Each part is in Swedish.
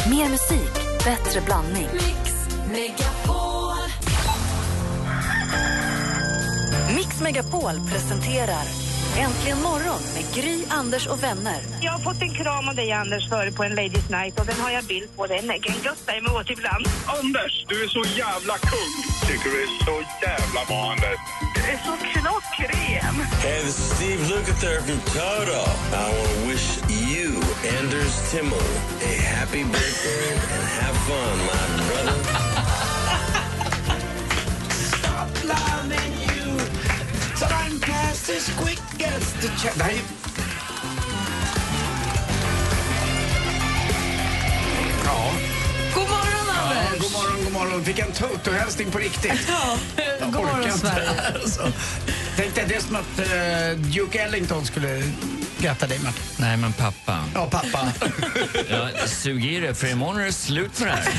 Mer musik, bättre blandning. Mix Megapol. Mix Megapol presenterar Äntligen morgon med Gry, Anders och vänner. Jag har fått en kram av dig, Anders, före på en Ladies Night, och den har jag bild på. Den kan götta mig åt ibland. Anders, du är så jävla kung. Tycker du är så jävla bra, Anders. Du är så klockren. Hey, this is Steve Lukather from Toto. I want to wish you, Anders Timmel, a happy birthday and have fun, my brother. Stop loving you. Time passes quick as the check. Nej. Ja. God morgon, Anders. God morgon. Fick en Toto-hälsning på riktigt. Ja, god morgon, Sverige. Alltså. Tänkte det är som att Duke Ellington skulle gratta dig, Martin. Nej, men pappa. Ja, pappa. Ja, sug i det, för imorgon är det slut med det här.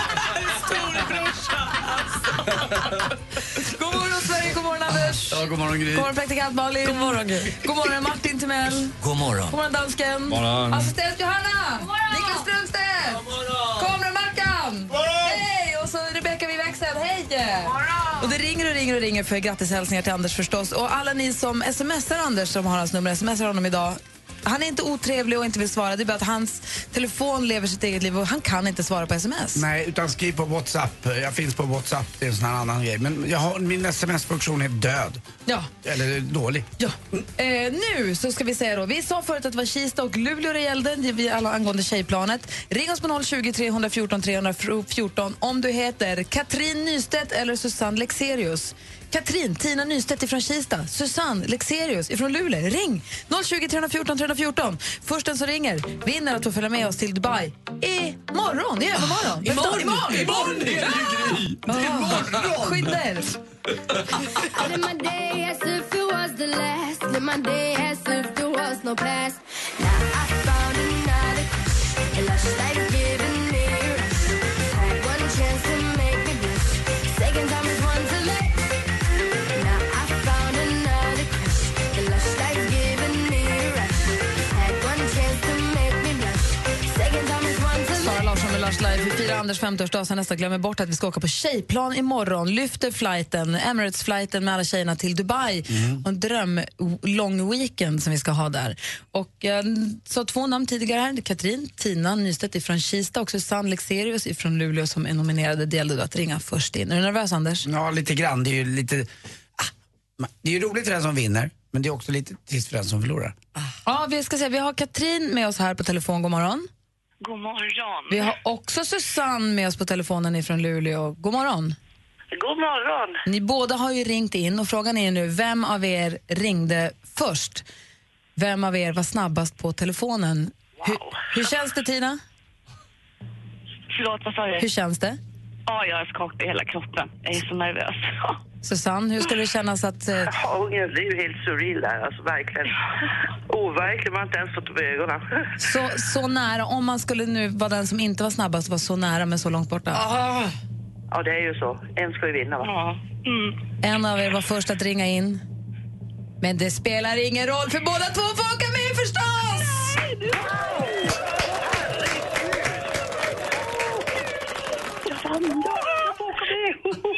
God morgon, Sverige. God morgon, Anders. Ja, god morgon, Gry. God morgon, praktikant Malin. God morgon, Gry. God morgon, Martin Timell. God morgon. God morgon, dansken. Morgon. Assistent Johanna. God morgon. Niklas Strömstedt. God morgon. Kameramarkan. Hej. Och så Rebecca vid växeln. Hej. Och det ringer för grattishälsningar till Anders förstås. Och alla ni som smsar Anders, som har hans nummer, smsar honom idag. Han är inte otrevlig och inte vill svara. Det är bara att hans telefon lever sitt eget liv och han kan inte svara på sms. Nej, utan skriv på WhatsApp. Jag finns på WhatsApp, det är en sån här annan grej. Men min sms-funktion är död. Ja. Eller dålig. Ja. Nu så ska vi säga då. Vi sa förut att det var Kista och Luleå det gällde. Vi alla angående tjejplanet. Ring oss på 020 314 314 om du heter Katrin Nystedt eller Susanne Lexerius. Katrin, Tina Nystedt ifrån Kista, Susanne Lexerius ifrån Luleå. Ring 020 314 314. Först den som ringer vinner att få följa med oss till Dubai imorgon. Imorgon är det Gry. Imorgon. Skynda er. Vi firar Anders 50-årsdag så nästan glömmer bort att vi ska åka på tjejplan imorgon. Lyfter flighten, Emirates-flighten med alla tjejerna till Dubai. Och en drömlång weekend som vi ska ha där. Och så 2 namn tidigare här. Katrin, Tina Nystedt ifrån Kista och Susanne Lexerius ifrån Luleå som är nominerade. Det gällde då att ringa först in. Är du nervös, Anders? Ja, lite grann. Det är ju lite... det är ju roligt för den som vinner, men det är också lite trist för den som förlorar. Ja, vi ska säga, vi har Katrin med oss här på telefon. God morgon. God morgon. Vi har också Susanne med oss på telefonen ifrån Luleå. God morgon. God morgon. Ni båda har ju ringt in och frågan är nu, vem av er ringde först? Vem av er var snabbast på telefonen? Wow. Hur känns det, Tina? Förlåt, vad sa du? Hur känns det? Ja, jag är skakig i hela kroppen. Jag är så nervös. Susanne, hur ska det kännas att... Ja, det är ju helt surreal där, alltså verkligen. Overkligt, man har inte ens fått upp ögonen. Så nära, om man skulle nu vara den som inte var snabbast, var så nära men så långt borta. Ja, det är ju så. En ska ju vinna, va? Ja. En av er var först att ringa in. Men det spelar ingen roll för båda två får åka med förstås! Jag får åka med!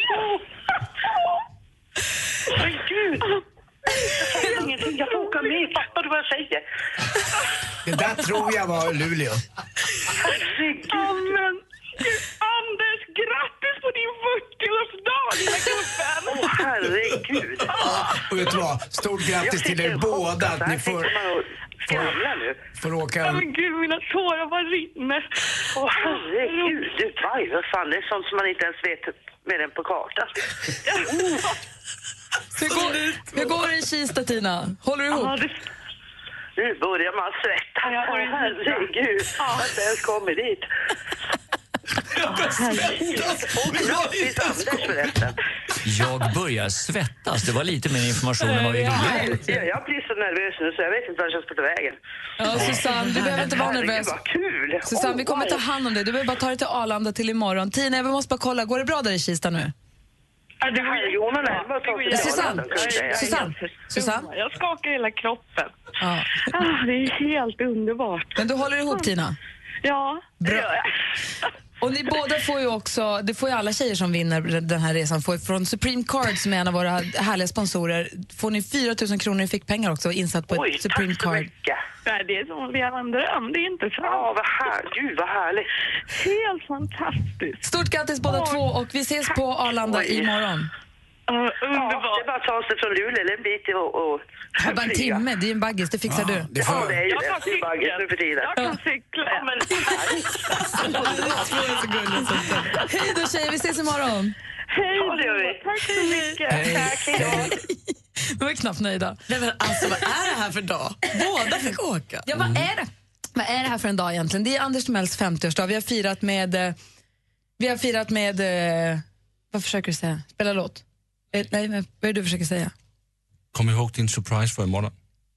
Men gud! Jag säger ingenting, jag får åka med. Fattar du vad jag säger? Det där tror jag var Luleå. Herregud! Men Anders, grattis på din 40-årsdag, lilla gubben! Herregud! Och vet du vad? Stort grattis till er båda att ni får åka... Men gud, mina tårar bara rinner. Herregud, du, vad fan, det är sånt som man inte ens vet med den på kartan. Hur går det i Kista, Tina? Håller du ihop? Ja, nu börjar man svettas. Herregud, jag har inte ens kommit dit. Jag börjar svettas. Det var lite mer information än vad vi ville. Jag blir så nervös nu så jag vet inte vad jag ska ta vägen. Ja, Susanne, du behöver inte vara nervös. Vad kul! Susanne, vi kommer ta hand om det. Du behöver bara ta dig till Arlanda till imorgon. Tina, vi måste bara kolla. Går det bra där i Kista nu? Susanne? Jag skakar hela kroppen. Ja. Det är helt underbart. Men du håller ihop, Tina? Ja, det Bra. gör jag. Och ni båda får ju också, det får ju alla tjejer som vinner den här resan, får från Supreme Card som är en av våra härliga sponsorer, får ni 4 000 kronor i fickpengar också insatt på ett Supreme Card. Mycket. Nej, det är som att leva en dröm, det är inte sant. Ja, Gud, vad härligt. Helt fantastiskt. Stort grattis båda två och vi ses på Arlanda imorgon. Underbart. Ja, det är bara att ta sig från Luleå eller en bit och Det är bara en timme, det är en baggis, det fixar du. Ja, det är ju Jag det. kan Det är bara nu för tiden. Jag kan cykla. Ja, men Hej då tjejer, vi ses imorgon. Hej Ja, det gör vi. Tack så mycket. Tack, hej då. De var knappt nöjda. Nej, men alltså, vad är det här för dag? Båda fick åka. Ja, vad är det? Vad är det här för en dag egentligen? Det är Anders Timells 50-årsdag. Vi har firat med vad försöker du säga? Spela låt? Nej, men vad är det du försöker säga? Kom ihåg din surprise för imorgon.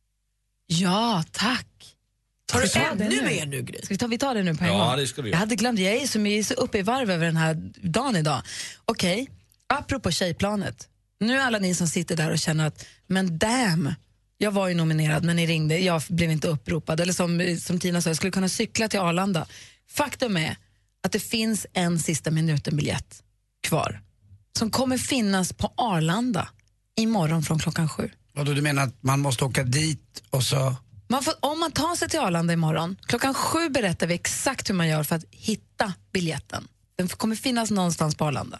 Ja, tack. Har du det ännu nu? mer nu, Gry? Vi tar det nu på en gång. Ja, det ska vi Jag göra. hade glömt, jag är så uppe i varv över den här dagen idag. Okej, apropå tjejplanet. Nu är alla ni som sitter där och känner att, men damn, jag var ju nominerad men ni ringde, jag blev inte uppropad. Eller som Tina sa, jag skulle kunna cykla till Arlanda. Faktum är att det finns en sista minuten-biljett kvar som kommer finnas på Arlanda imorgon från 7:00. Vadå, du menar att man måste åka dit och så... Om man tar sig till Arlanda imorgon, 7:00 berättar vi exakt hur man gör för att hitta biljetten. Den kommer finnas någonstans på Arlanda.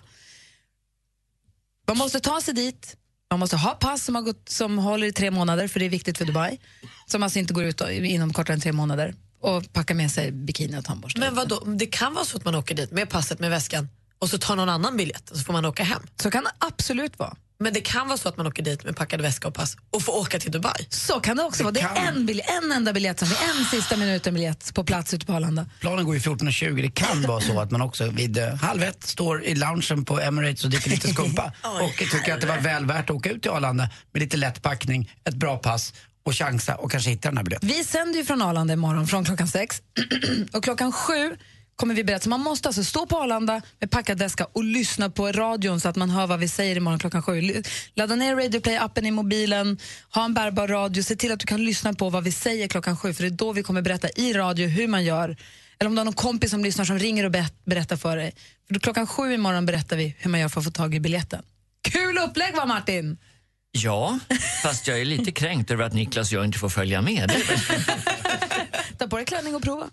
Man måste ta sig dit, man måste ha pass som håller i 3 månader, för det är viktigt för Dubai. Som alltså inte går ut inom kortare än 3 månader. Och packa med sig bikini och tandborste. Men vadå, det kan vara så att man åker dit med passet, med väskan och så tar någon annan biljett och så får man åka hem. Så kan det absolut vara. Men det kan vara så att man åker dit med packad väska och pass och får åka till Dubai. Så kan det också vara. Det är en enda biljett som är en sista minuten-biljett på plats ute på Arlanda. Planen går ju 14:20. Det kan vara så att man också vid 12:30 står i loungen på Emirates och dricker lite skumpa och tycker att det var väl värt att åka ut till Arlanda med lite lätt packning, ett bra pass och chansa och kanske hitta den här biljetten. Vi sänder ju från Arlanda imorgon från 6:00 och 7:00 kommer vi berätta. Så man måste alltså stå på Arlanda med packad väska och lyssna på radion så att man hör vad vi säger imorgon 7:00. Ladda ner Radio Play-appen i mobilen, ha en bärbar radio, se till att du kan lyssna på vad vi säger 7:00, för det är då vi kommer berätta i radio hur man gör. Eller om du har någon kompis som lyssnar som ringer och berättar för dig. För då 7:00 imorgon berättar vi hur man gör för att få tag i biljetten. Kul upplägg, va Martin? Ja, fast jag är lite kränkt över att Niklas och jag inte får följa med. Ta på dig klänning och prova.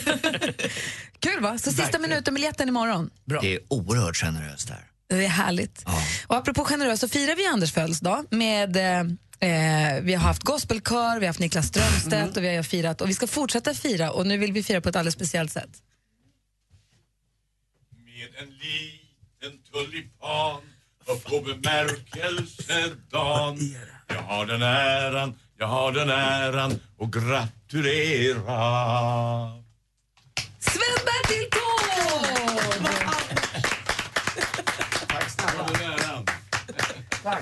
Kul, va? Så sista minuten-biljetten imorgon. Bra. Det är oerhört generöst där. Det är härligt. Ja. Och apropå generöst så firar vi Anders födelsedag med vi har haft gospelkör, vi har haft Niklas Strömstedt och vi har firat och vi ska fortsätta fira och nu vill vi fira på ett alldeles speciellt sätt. Med en liten tulipan och på bemärkelsedagen. Jag har den äran och gratulera. Sven-Bertil Taube! Tack snälla. Tack.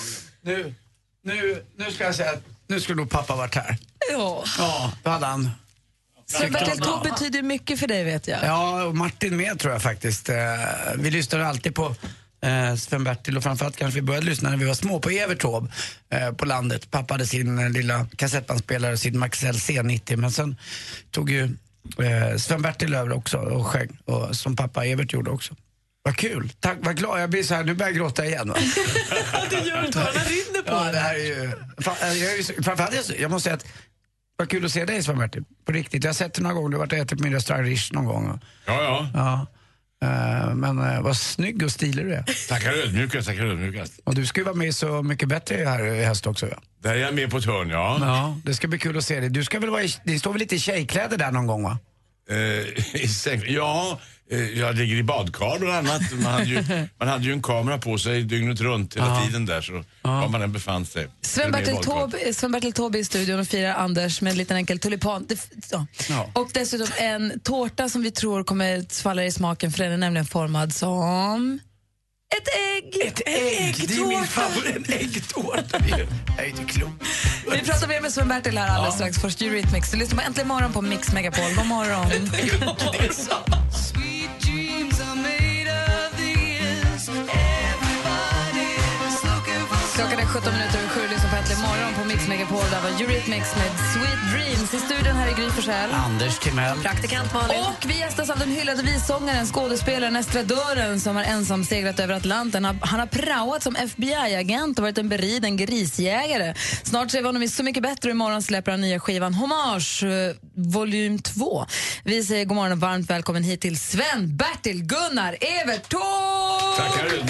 Nu ska jag säga att nu skulle nog pappa varit här. Ja. Ja, då hade han. Sven-Bertil Taube betyder mycket för dig, vet jag. Ja, och Martin med tror jag faktiskt. Vi lyssnade alltid på Sven-Bertil och framförallt kanske vi började lyssna när vi var små på Evert Taube på landet. Pappa hade sin lilla kassettbandspelare, sin Maxell C90, men sen tog ju Sven-Bertil över också och sjöng, och som pappa Evert gjorde också. Vad kul, tack, vad glad jag blir så här, nu börjar jag gråta igen, va? Det gör inte, tårarna rinner på. Ja, det här är ju framförallt, jag måste säga att vad kul att se dig, Sven-Bertil, på riktigt. Jag har sett dig några gånger, du har varit och ätit på min restaurang Rish någon gång. Ja. Men vad snygg och stilig du är. Tackar ödmjukast. Och du ska ju vara med Så mycket bättre här i höst också, ja. Där är jag med på ett hörn, ja. Ja, det ska bli kul att se dig. Du ska väl vara det står väl lite i tjejkläder där någon gång, va? Ja, jag ligger i badkar bland annat. Man hade ju en kamera på sig dygnet runt hela tiden där, så var man än befann sig. Sven-Bertil Taube i studion och firar Anders med en liten enkel tulipan. Och dessutom en tårta som vi tror kommer falla i smaken, för den är nämligen formad som ett ägg. Ett ägg! Det är min favorit, en äggtårta. Jag är inte klok. Vi pratar mer med Sven-Bertil här alldeles strax. Först Eurythmics. Du lyssnar på Äntligen morgon på Mix Megapol. God morgon. Klockan är 17 minuter och 7. Lyssnar på Äntligen morgon på Mix Megapol. Där var Eurythmics med Sweet Dreams. I studion här i Gry Forssell. Anders Timell. Praktikant Malin. Och vi gästas av den hyllade vissångaren, skådespelaren, estradören som har ensam segrat över Atlanten. Han har praoat som FBI-agent och varit en beriden grisjägare. Snart ser vi honom i Så mycket bättre. Imorgon släpper han nya skivan Hommage, volym 2. Vi säger god morgon och varmt välkommen hit till Sven, Bertil, Gunnar, Evert Taube! Tackar.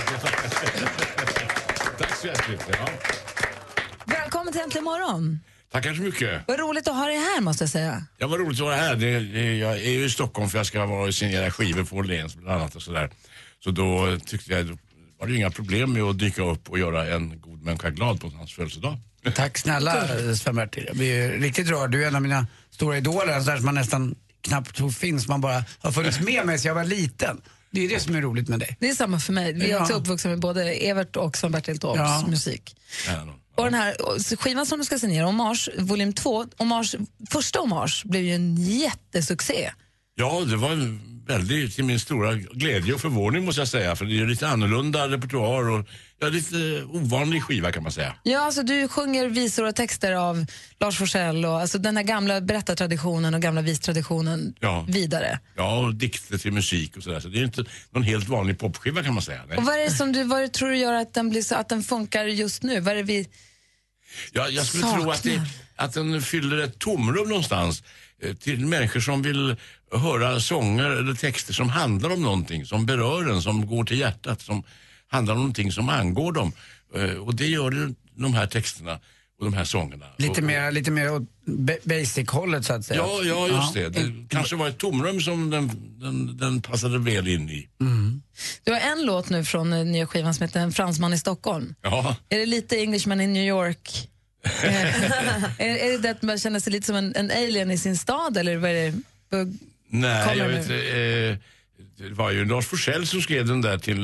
Tack så hjärtligt. Ja. Välkommen till Äntligen morgon. Tackar så mycket. Vad roligt att ha dig här, måste jag säga. Ja, vad roligt att vara här. Jag är ju i Stockholm för jag ska vara och signera skivor på Åhléns bland annat och sådär. Så då tyckte jag, då var det inga problem med att dyka upp och göra en god människa glad på hans födelsedag. Tack snälla Sven-Bertil. Jag blir riktigt rörd. Du är en av mina stora idoler, så där som man nästan knappt tror finns. Man bara har funnits med mig så jag var liten. Det är det som är roligt med dig. Det är samma för mig. Vi är också uppvuxna med både Evert och Sven-Bertil Taubes musik. Och den här skivan som du ska signera, Hommage, volym 2, första Hommage blev ju en jättesuccé. Ja, det var väldigt till min stora glädje och förvåning måste jag säga. För det är lite annorlunda repertoar och lite ovanlig skiva kan man säga. Ja, alltså du sjunger visor och texter av Lars Forssell och alltså den här gamla berättartraditionen och gamla vistraditionen vidare. Ja, och dikter till musik och sådär. Så det är inte någon helt vanlig popskiva kan man säga. Nej. Och vad är det som vad tror du gör att den blir så att den funkar just nu? Vad är det vi jag skulle saknar? tro att den fyller ett tomrum någonstans till människor som vill höra sånger eller texter som handlar om någonting, som berör en, som går till hjärtat, som handlar om någonting som angår dem. Och det gör de här texterna och de här sångerna. Lite mer åt basic-hållet så att säga. Ja, just det. Det kanske var ett tomrum som den passade väl in i. Mm. Du har en låt nu från nya skivan som heter En fransman i Stockholm. Ja. Är det lite Englishman in New York? är det att man känner sig lite som en alien i sin stad eller vad är det? Nej, jag vet det var ju Lars Forssell som skrev den där till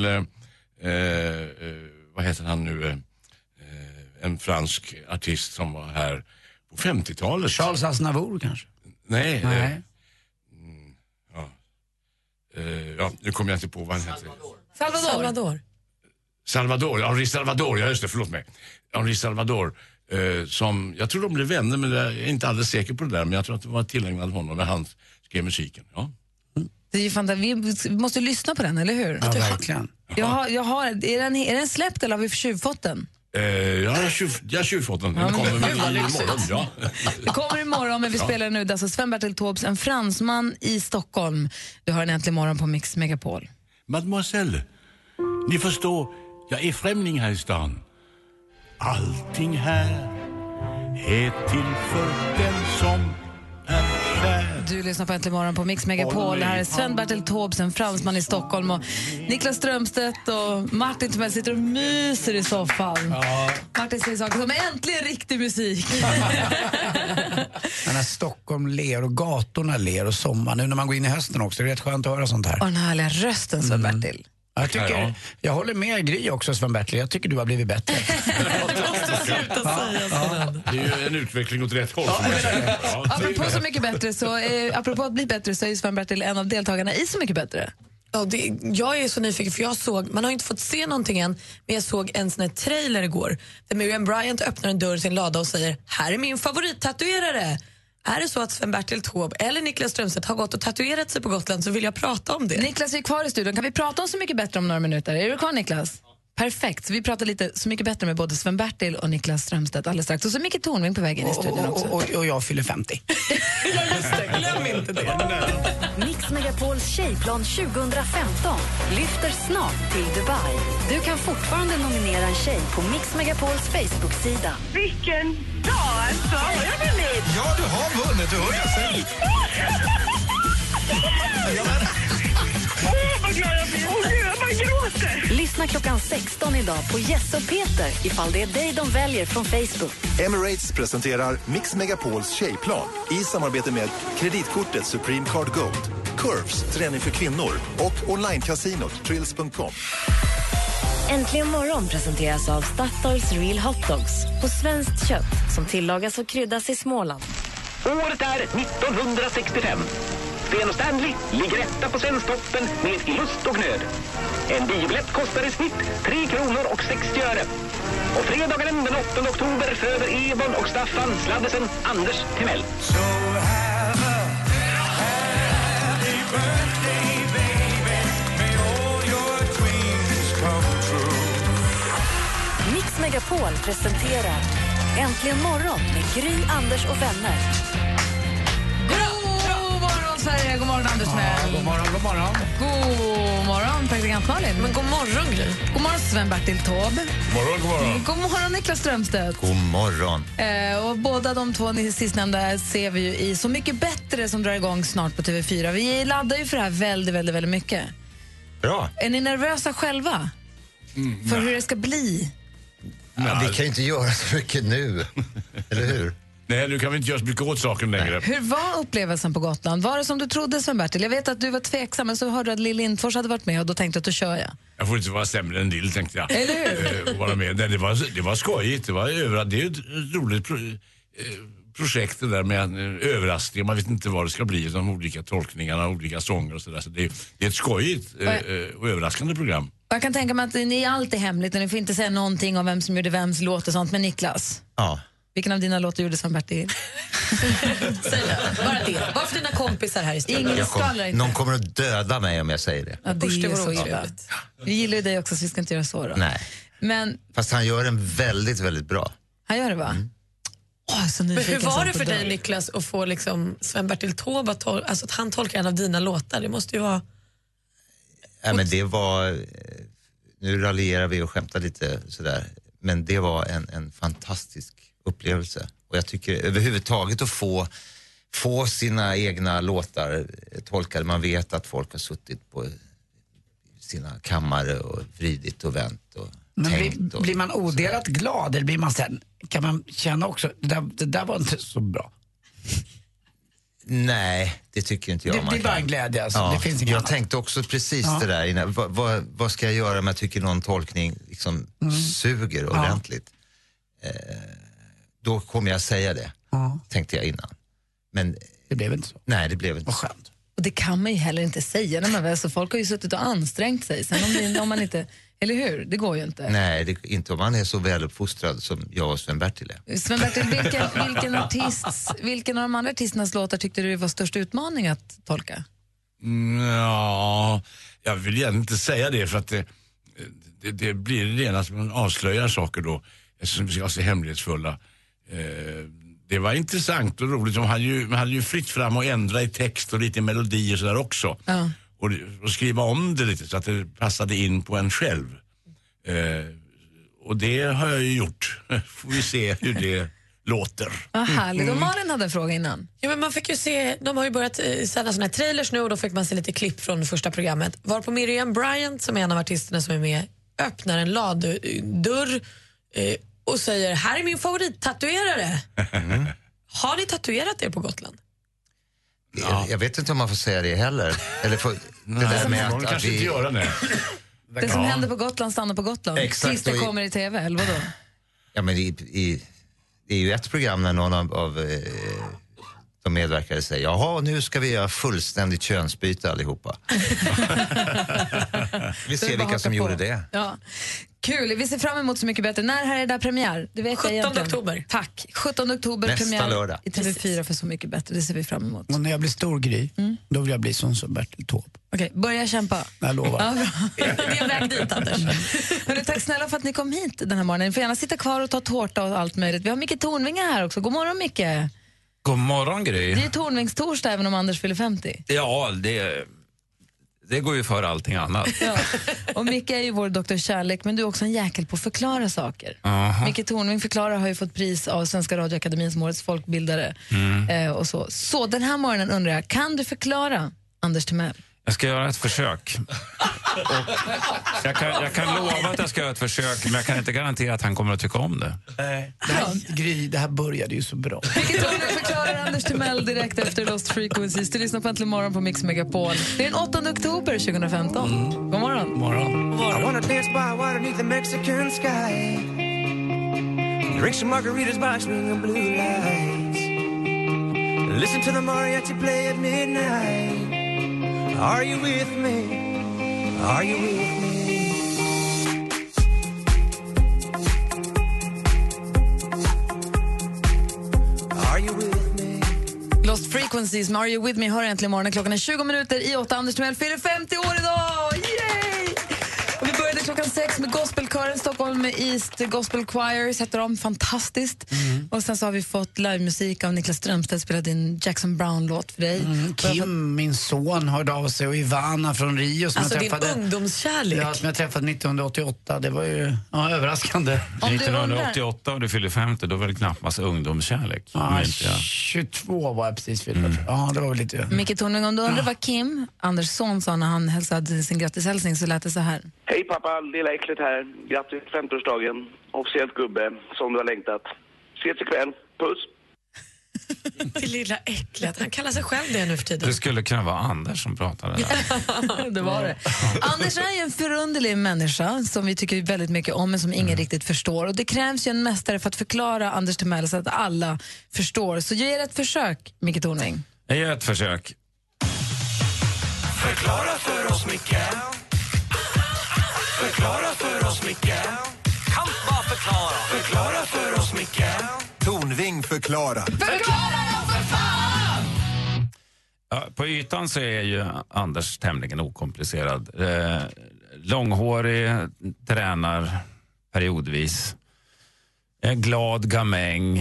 vad heter han nu? En fransk artist som var här på 50-talet. Charles Aznavour kanske? Nej. Nu kommer jag inte på vad han heter. Salvador, Henri Salvador, just det, förlåt mig. Henri Salvador, som, jag tror de blev vänner, men jag är inte alldeles säker på det där, men jag tror att det var tillägnad honom när han skrev musiken. Ja. Det är ju fantastiskt. Vi måste lyssna på den, eller hur? Ja, verkligen. Är den släppt eller har vi tjuvfått den? Jag har tjuvfått den. Den kommer imorgon. Ja. Det kommer imorgon, men vi spelar nu. Det är alltså Sven-Bertil Taubes En fransman i Stockholm. Du har en Äntligen morgon på Mix Megapol. Mademoiselle, ni förstår, jag är främling här i stan. Allting här är till för den som är kär. Du lyssnar på Äntligen morgon på Mix Megapol. Det här är Sven-Bertil Taubes En fransman i Stockholm. Och Niklas Strömstedt och Martin som sitter och myser i soffan. Ja. Martin säger saker som äntligen riktig musik. När Stockholm ler och gatorna ler och sommar. Nu när man går in i hösten också, det är rätt skönt att höra sånt här. Och den härliga rösten, Sven-Bertil. Jag håller med Gry också, Sven-Bertil. Jag tycker du har blivit bättre. Det är ju en utveckling åt rätt håll. Apropå Så mycket bättre apropå att bli bättre så är Sven-Bertil en av deltagarna i Så mycket bättre. Ja, jag är så nyfiken för man har inte fått se någonting än, men jag såg en sån här trailer igår där Miriam Bryant öppnar en dörr i sin lada och säger: här är min favorittatuerare. Är det så att Sven-Bertil Taube eller Niklas Strömstedt har gått och tatuerat sig på Gotland så vill jag prata om det. Niklas är kvar i studion. Kan vi prata om Så mycket bättre om några minuter? Är du kvar, Niklas? Perfekt. Så vi pratar lite Så mycket bättre med både Sven-Bertil och Niklas Strömstedt alldeles strax. Och så Micke Tornving på vägen i studion också. Och jag fyller 50. Ja, just det. Glöm inte det. Mix Megapols tjejplan 2015 lyfter snart till Dubai. Du kan fortfarande nominera en tjej på Mix Megapols Facebook-sida. Vilken dag alltså! Jag vill med. Ja, du har vunnit. Du hör jag säga. Vad glad jag blir. Gud, man gråter. Lyssna klockan 16 idag på Jess och Peter ifall det är dig de väljer från Facebook. Emirates presenterar Mix Megapols tjejplan i samarbete med kreditkortet Supreme Card Gold, Curves, träning för kvinnor och onlinekasinot Trills.com. Äntligen morgon presenteras av Statoils Real Hot Dogs på svenskt kött som tillagas och kryddas i Småland. Året är 1965. Sten och Stanley ligger etta på Svensktoppen med I lust och nöd. En biobiljett kostar i snitt 3 kronor och 60 öre. Och fredagen den 8 oktober föder Evon och Staffan sladdisen Anders Timell. Mix Megapol presenterar Äntligen morgon med Gry, Anders och vänner. God morgon Sverige, god morgon Anders Mell. God morgon, god morgon. God morgon praktikant Malin. Men god morgon Gry. God morgon Sven-Bertil Taube. God morgon. God morgon Niklas Strömstedt. God morgon. Och båda de två sistnämnda ser vi ju i Så mycket bättre som drar igång snart på TV4. Vi laddar ju för det här väldigt mycket. Bra. Är ni nervösa själva? För hur det ska bli? Ja, vi kan ju inte göra så mycket nu, eller hur? Nej, nu kan vi inte göra så mycket åt saken längre. Hur var upplevelsen på Gotland? Var det som du trodde, Sven-Bertil? Jag vet att du var tveksam, men så hörde du att Lill Lindfors hade varit med och då tänkte att då kör jag. Jag får inte vara sämre än Lill, tänkte jag. Eller hur? Vara med. Nej, det var skojigt. Det är ju ett roligt projekt det där med en överraskning. Man vet inte vad det ska bli, de olika tolkningarna, olika sånger och sådär. Så det är ett skojigt och överraskande program. Jag kan tänka mig att ni är alltid hemligt och ni får inte säga någonting om vem som gjorde vems låt och sånt. Men Niklas, ja. Vilken av dina låtar gjorde Sven-Bertil? Säg det, bara det. Varför dina kompisar här i studion? Ingen skvallrar inte. Någon kommer att döda mig om jag säger det. Ja, det är så illa. Vi gillar ju dig också så vi ska inte göra så då. Nej. Men fast han gör den väldigt, väldigt bra. Han gör det va? Så men hur var det för dig Niklas att få liksom Sven-Bertil Taube alltså att han tolkar en av dina låtar? Det måste ju vara... Ja, men det var... Nu raljerar vi och skämtar lite sådär. Men det var en fantastisk upplevelse. Och jag tycker överhuvudtaget att få sina egna låtar tolkade. Man vet att folk har suttit på sina kammare och vridit och vänt och tänkt. Blir man odelat glad eller blir man sen, kan man känna också, det där var inte så bra? Nej, det tycker inte jag. Det blir bara en glädje alltså. Ja, det finns inget jag annat. tänkte också precis det där innan. Vad ska jag göra om jag tycker någon tolkning liksom suger ordentligt? Då kommer jag säga det, tänkte jag innan. Men det blev inte så. Nej, det blev inte så. Skönt. Och det kan man ju heller inte säga när man väl, så folk har ju suttit och ansträngt sig. Sen om man inte, eller hur? Det går ju inte. Nej, inte om man är så väluppfostrad som jag och Sven-Bertil är. Sven-Bertil, vilken av de andra artisternas låtar tyckte du var störst utmaning att tolka? Ja, jag vill egentligen inte säga det för att det blir rena som man avslöjar saker då, eftersom vi ska vara så hemlighetsfulla. Det var intressant och roligt. Man hade ju fritt fram och ändra i text och lite melodi och sådär också. Ja. Och skriva om det lite så att det passade in på en själv. Och det har jag ju gjort. Får vi se hur det låter. Härligt. Och Malin hade en fråga innan. Ja, men man fick ju se, de har ju börjat sända såna här trailers nu och då fick man se lite klipp från första programmet. Varpå Miriam Bryant, som är en av artisterna som är med, öppnar en laddörr och säger, här är min favorittatuerare. Har ni tatuerat er på Gotland? Ja. Jag vet inte om man får säga det heller. Eller det där med att kanske vi... inte göra det. Det som händer på Gotland stannar på Gotland. Exakt. Tills det kommer i TV, eller vadå? Ja, men det är ju ett program när någon av de medverkare säger, jaha, nu ska vi göra fullständigt könsbyte allihopa. Vi ser vilka som gjorde det. Ja. Kul, vi ser fram emot Så mycket bättre. När här är det premiär? Det vet 17 oktober. Tack. 17 oktober Nästa premiär lördag. i TV4 för Så mycket bättre. Det ser vi fram emot. Och när jag blir stor Gry, då vill jag bli som Bertil Taube. Okej, börja kämpa. Jag lovar. Ja, det är en väg dit, Anders. Hörrni, tack snälla för att ni kom hit den här morgonen. Ni får gärna sitta kvar och ta tårta och allt möjligt. Vi har Micke Tornvinga här också. God morgon, Micke. God morgon, Gry. Det är Tornvingstorsdag även om Anders fyller 50. Ja, det går ju för allting annat. Ja. Och Micke är ju vår doktor Kärlek, men du är också en jäkel på att förklara saker. Micke Tornving förklarar har ju fått pris av Svenska Radioakademins årets folkbildare. Och så den här morgonen undrar jag, kan du förklara Anders Timell? Jag ska göra ett försök. Och jag kan lova att jag ska göra ett försök, men jag kan inte garantera att han kommer att tycka om det. Det här började ju så bra. Vilket ord förklarar Anders Timell direkt efter Lost Frequencies. Du lyssnar på Äntligen morgon på Mix Megapol. Det är den 8 oktober 2015. God morgon. God morgon. I wanna dance by water beneath the Mexican sky. Drink some margaritas by swinging blue lights. Listen to the mariachi play at midnight. Are you with me? Are you with me? Lost Frequencies med Are You With Me hör äntligen morgonen. Klockan är 20 minuter i 8. Anders Timell fyller 50 år idag! Yay! Och vi började klockan 6 med gospelkören Stockholm East Gospel Choirs, heter de, fantastiskt. Och sen så har vi fått livemusik av Niklas Strömstedt, spelade in Jackson Brown-låt för dig. Kim, min son, hörde av sig, och Ivana från Rio som alltså jag träffade. Din ungdomskärlek. Ja, som jag träffade 1988. Det var ju överraskande. 1988 och du fyller 50, då var det knappast ungdomskärlek. Ja, 22 var jag precis fylld. Ja, det var väl lite... Micke Tornving, om du undrar vad Kim, Anders son, sa när han hälsade sin grattishälsning, så lät det så här. Hej pappa, lilla äcklet här. Grattis 50-årsdagen. Officiellt gubbe, som du har längtat. Ses ikväll. Puss. Det lilla äcklet. Han kallar sig själv det nu för tiden. Det skulle kunna vara Anders som pratade. Det var det. Anders är ju en förunderlig människa som vi tycker väldigt mycket om, men som ingen riktigt förstår. Och det krävs ju en mästare för att förklara Anders Timell så att alla förstår. Så ge ett försök, Micke Tornving. Jag gör ett försök. Förklara för oss, Micke. Förklara för oss, Micke. Kan bara förklara. Förklara för oss, Micke. Tornving förklarar. Förklara då för fan! Ja, på ytan så är ju Anders tämligen okomplicerad. Långhårig, tränar periodvis. Glad gamäng.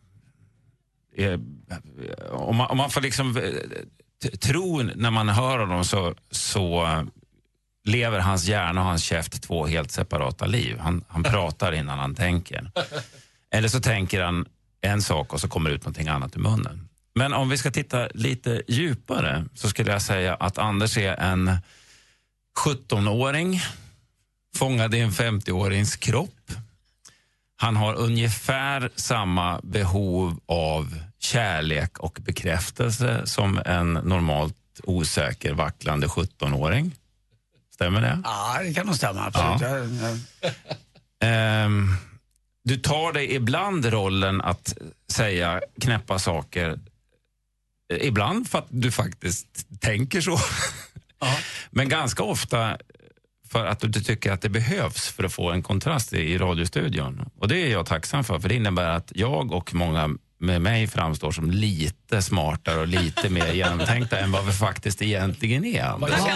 Om man får liksom tro när man hör honom så lever hans hjärna och hans käft två helt separata liv. Han pratar innan han tänker. Eller så tänker han en sak och så kommer ut någonting annat i munnen. Men om vi ska titta lite djupare så skulle jag säga att Anders är en 17-åring fångad i en 50-årings kropp. Han har ungefär samma behov av kärlek och bekräftelse som en normalt osäker, vacklande 17-åring. Stämmer det? Ja, det kan nog stämma, absolut. Ja. Du tar dig ibland rollen att säga knäppa saker. Ibland för att du faktiskt tänker så. Men ganska ofta för att du tycker att det behövs för att få en kontrast i radiostudion. Och det är jag tacksam för det innebär att jag och många med mig framstår som lite smartare och lite mer genomtänkta än vad vi faktiskt egentligen är.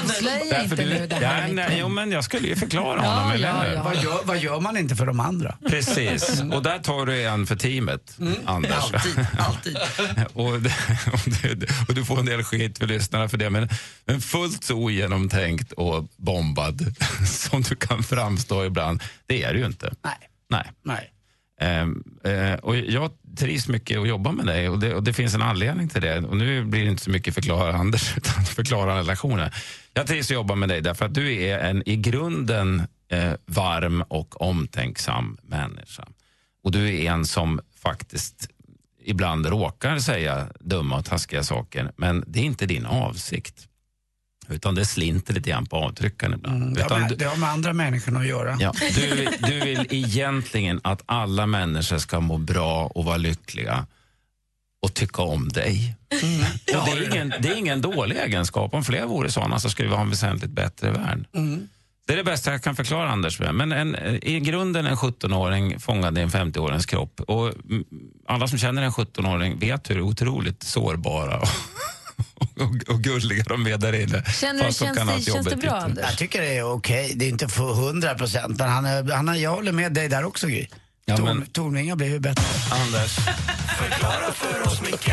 Men jag skulle ju förklara honom. Eller? Vad gör man inte för de andra? Precis, och där tar du en för teamet, Anders. Alltid. och du får en del skit för lyssnarna för det, men fullt så ogenomtänkt och bombad som du kan framstå ibland, det är du ju inte. Nej. Och jag trivs mycket att jobba med dig och det finns en anledning till det. Och nu blir det inte så mycket förklara Anders utan förklara relationer. Jag trivs att jobba med dig därför att du är en i grunden varm och omtänksam människa. Och du är en som faktiskt ibland råkar säga dumma och taskiga saker, men det är inte din avsikt. Utan det slinter lite grann på avtrycken ibland. Det har med andra människor att göra. Ja, du vill egentligen att alla människor ska må bra och vara lyckliga och tycka om dig. Och det är ingen dålig egenskap. Om fler vore sådana så skulle vi ha en väsentligt bättre värld. Det är det bästa jag kan förklara Anders med. Men i grunden en 17-åring fångad i en 50-årings kropp. Och alla som känner en 17-åring vet hur otroligt sårbara och gulliga de är där inne. Känns det bra, Anders? Jag tycker det är okej. Det är inte för 100%, men jag håller med dig där också, Gry. Tornving har blivit bättre. Anders. Förklara för oss, Micke.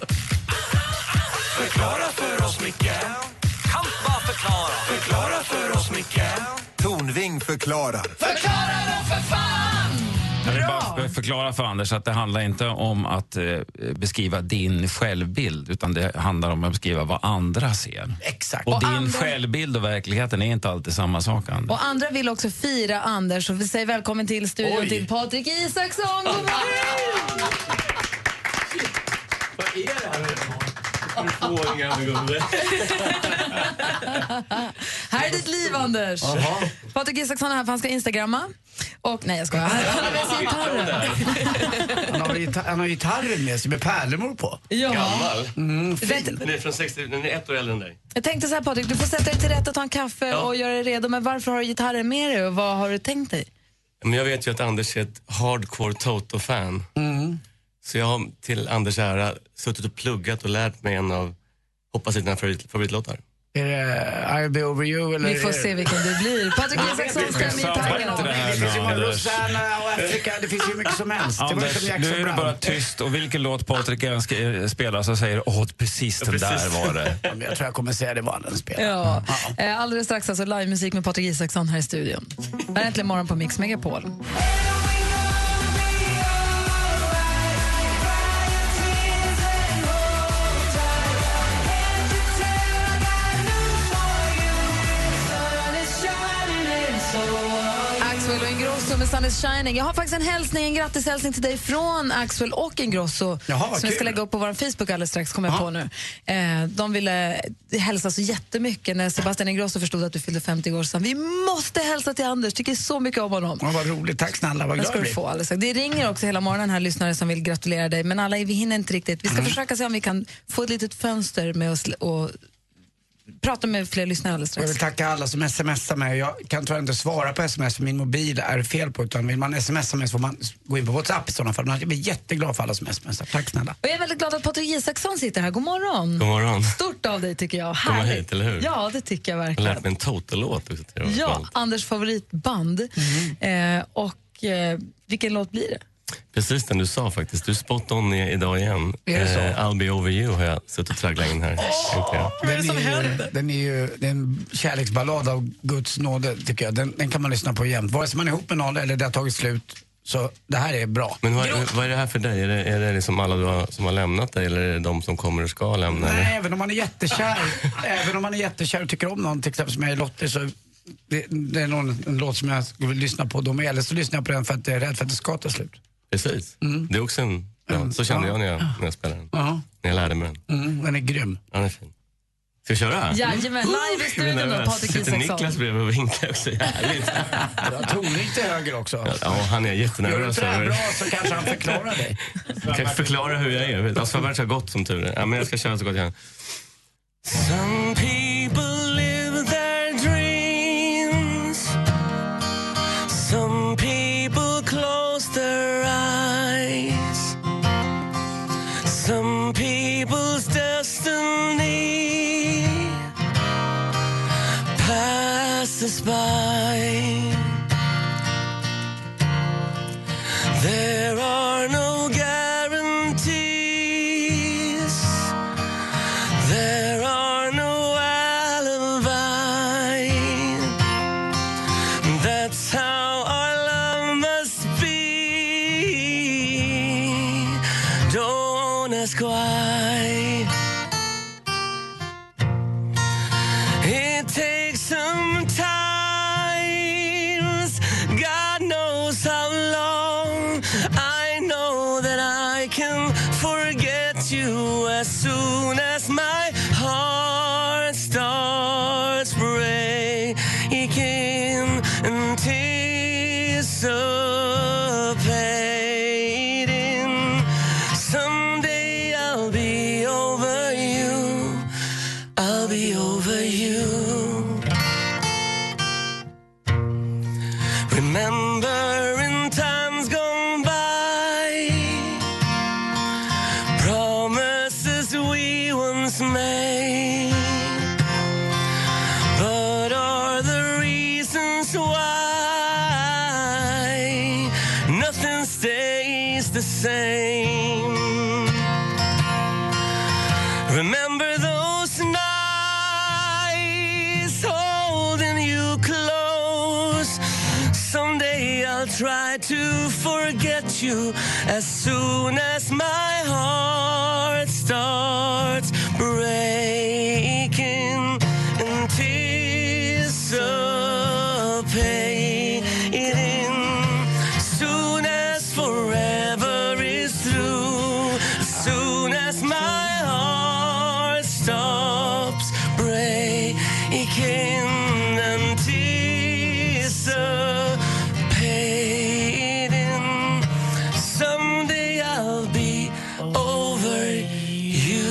Förklara för oss, Micke. Kan bara förklara. Förklara för oss, Micke. Tornving förklarar. Förklara då för fan! Jag vill bara förklara för Anders att det handlar inte om att beskriva din självbild utan det handlar om att beskriva vad andra ser. Exakt. Och din självbild och verkligheten är inte alltid samma sak, Anders. Och andra vill också fira Anders och vi säger välkommen till studion till Patrik Isaksson. God morgon! Vad är det här? Här är ditt liv, Anders. Patrik Isaksson är här för han ska instagramma. Och nej, jag skojar. Han har med sig gitarren. Han har gitarren med sig med pärlemor på. Ja. Gammal. Den är från 60, den är 1 år äldre än dig. Jag tänkte så här, Patrik, du får sätta dig till rätta och ta en kaffe och göra dig redo. Men varför har du gitarren med dig och vad har du tänkt dig? Men jag vet ju att Anders är ett hardcore Toto-fan. Så jag har till Anders ära suttit och pluggat och lärt mig en av, hoppas i dina favoritlåtar. Är det I'll be over you? Eller vi får se vilken det blir. Patrik Isaksson stämmer i Pangan. Det finns ju bara Rosanna och Afrika, det finns ju mycket som helst. Anders, nu är det bara tyst. Och vilken låt Patrik spelar så säger precis den där var det. Jag tror jag kommer säga det var den spelar. Ja. Alldeles strax alltså livemusik med Patrik Isaksson här i studion. Här är äntligen morgon på Mix Megapol. Axel och Ingrosso med Sun is shining. Jag har faktiskt en grattishälsning till dig från Axel och Ingrosso. Jaha, som jag ska lägga upp på vår Facebook alldeles strax, kommer jag på nu. De ville hälsa så jättemycket när Sebastian Ingrosso förstod att du fyllde 50 år sedan. Vi måste hälsa till Anders, tycker så mycket om honom. Vad roligt, tack snälla, vad glad jag blir. Det ringer också hela morgonen här lyssnare som vill gratulera dig, men vi hinner inte riktigt. Vi ska försöka se om vi kan få ett litet fönster med oss och prata med fler lyssnare alldeles strax. Jag vill tacka alla som smsar mig. Jag kan tror inte svara på sms för min mobil är fel på, utan vill man smsa mig så får man gå in på WhatsApp i sådana fall. Men jag blir jätteglad för alla som smsar. Tack snälla. Och jag är väldigt glad att Patrik Isaksson sitter här. God morgon. God morgon. Stort av dig tycker jag. Komma hit, eller hur? Ja, det tycker jag verkligen. Jag har lärt mig en Toto-låt också. Ja, Anders favoritband. Vilken låt blir det? Precis den du sa faktiskt. Du är spot on idag igen. Är det så? I'll be over you har jag suttit och tragglat in här. Vad är det som händer? Det är en kärleksballad av Guds nåde, tycker jag. Den kan man lyssna på jämt. Vare sig man är ihop med någon eller det har tagit slut. Så det här är bra. Men vad är det här för dig? Är det liksom alla som har lämnat dig, eller är det de som kommer och ska lämna? Nej, eller? även om man är jättekär och tycker om någon, till exempel som jag är Lotte, så det är en låt som jag skulle lyssna på då med, eller så lyssnar jag på den för att jag är rädd för att det ska ta slut. Precis. Det är också så kände jag när jag spelade den. När jag lärde mig den. Den är grym. Ja, den är fin. Ska vi köra? Jajamän, live i studion då, Patrik Isaksson. Niklas bredvid och vinkar också, härligt. Jag tog lite höger också. Ja, han är jättenervös. Gör du det bra så kanske han förklarar dig. Jag kan förklara hur jag är. Jag har varit så gott som tur är. Ja, men jag ska köra så gott jag kan. Some people live their dreams. Some people close their eyes. Some people's destiny passes by. There are no guarantees. There are no alibi. That's how our love must be. Don't ask why. It takes some time. God knows how long. I know that I can forget you as soon as my heart starts breaking, anticipating. Someday I'll be over you. I'll be over you. Remember in times gone by, promises we once made, but are the reasons why nothing stays the same. Remember those nights holding you close. Someday I'll try to forget you as soon as my heart starts breaking, anticipating. Soon as forever is through, soon as my heart stops breaking, anticipating. Someday I'll be over you.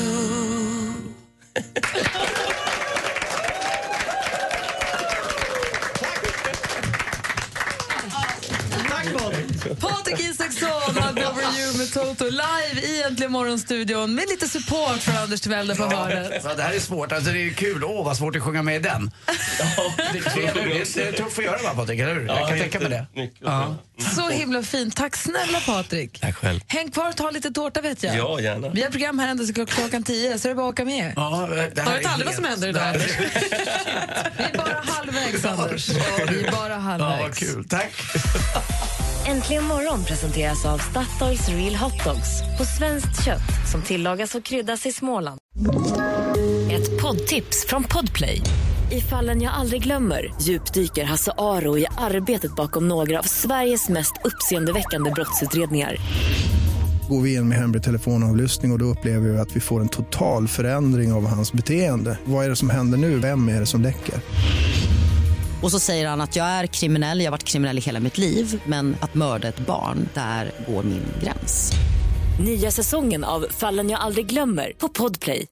Patrik Isaksson, I'll be over you med Toto live i Äntligen morgonstudion med lite support från Anders Tvelde på hörnet. Ja, det här är svårt, alltså det är kul. Vad svårt att sjunga med i den. Det är tufft att göra va, Patrik, eller hur? Jag kan tänka mig det. Så himla fint. Tack snälla Patrik. Tack själv. Häng kvar och ta lite tårta vet jag. Ja, gärna. Vi har program här ända till klockan 10 så är det bara att åka med. Ja, det Har du aldrig vad som händer idag? Vi är bara halvvägs Anders. Vi är bara halvvägs. Ja, vad kul. Tack. Äntligen morgon presenteras av Statoils Real Hot Dogs på svenskt kött som tillagas och kryddas i Småland. Ett poddtips från Podplay. I Fallen jag aldrig glömmer djupdyker Hasse Aro i arbetet bakom några av Sveriges mest uppseendeväckande brottsutredningar. Går vi in med hemlig telefonavlyssning och då upplever vi att vi får en total förändring av hans beteende. Vad är det som händer nu? Vem är det som läcker? Och så säger han att jag är kriminell, jag har varit kriminell i hela mitt liv. Men att mörda ett barn, där går min gräns. Nya säsongen av Fallen jag aldrig glömmer på Podplay.